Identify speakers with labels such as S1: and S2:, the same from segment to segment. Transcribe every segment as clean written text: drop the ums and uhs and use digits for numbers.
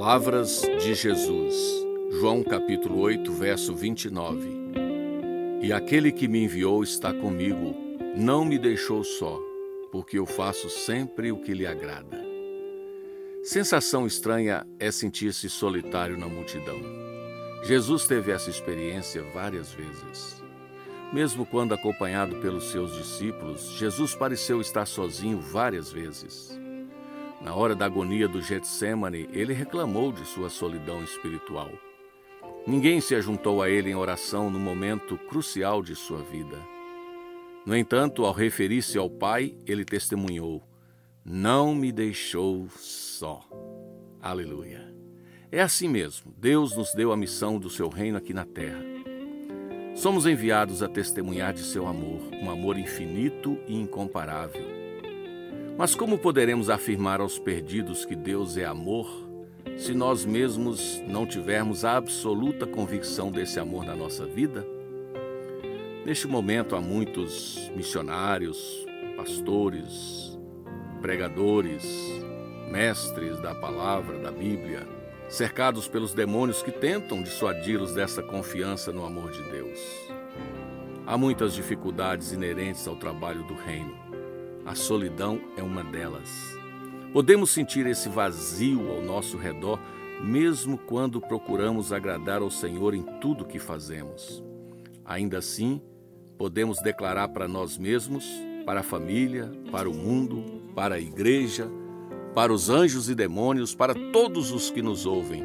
S1: Palavras de Jesus, João capítulo 8, verso 29. E aquele que me enviou está comigo, não me deixou só, porque eu faço sempre o que lhe agrada. Sensação estranha é sentir-se solitário na multidão. Jesus teve essa experiência várias vezes. Mesmo quando acompanhado pelos seus discípulos, Jesus pareceu estar sozinho várias vezes. Na hora da agonia do Getsemane, ele reclamou de sua solidão espiritual. Ninguém se ajuntou a ele em oração no momento crucial de sua vida. No entanto, ao referir-se ao Pai, ele testemunhou: "Não me deixou só." Aleluia! É assim mesmo, Deus nos deu a missão do seu reino aqui na terra. Somos enviados a testemunhar de seu amor, um amor infinito e incomparável. Mas como poderemos afirmar aos perdidos que Deus é amor, se nós mesmos não tivermos a absoluta convicção desse amor na nossa vida? Neste momento há muitos missionários, pastores, pregadores, mestres da palavra, da Bíblia, cercados pelos demônios que tentam dissuadi-los dessa confiança no amor de Deus. Há muitas dificuldades inerentes ao trabalho do reino. A solidão é uma delas. Podemos sentir esse vazio ao nosso redor, mesmo quando procuramos agradar ao Senhor em tudo que fazemos. Ainda assim, podemos declarar para nós mesmos, para a família, para o mundo, para a igreja, para os anjos e demônios, para todos os que nos ouvem: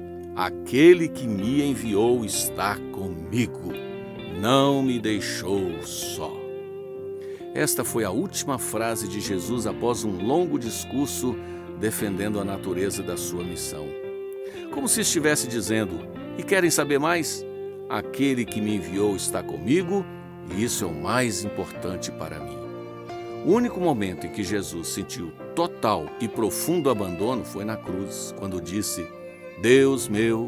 S1: aquele que me enviou está comigo, não me deixou só. Esta foi a última frase de Jesus após um longo discurso defendendo a natureza da sua missão. Como se estivesse dizendo: e querem saber mais? Aquele que me enviou está comigo e isso é o mais importante para mim. O único momento em que Jesus sentiu total e profundo abandono foi na cruz, quando disse: Deus meu,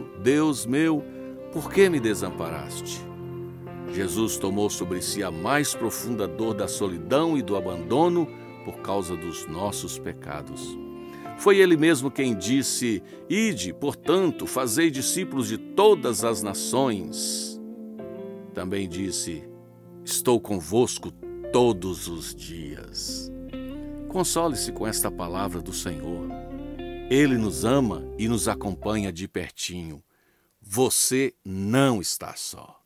S1: por que me desamparaste? Jesus tomou sobre si a mais profunda dor da solidão e do abandono por causa dos nossos pecados. Foi ele mesmo quem disse: "Ide, portanto, fazei discípulos de todas as nações." Também disse: "Estou convosco todos os dias." Console-se com esta palavra do Senhor. Ele nos ama e nos acompanha de pertinho. Você não está só.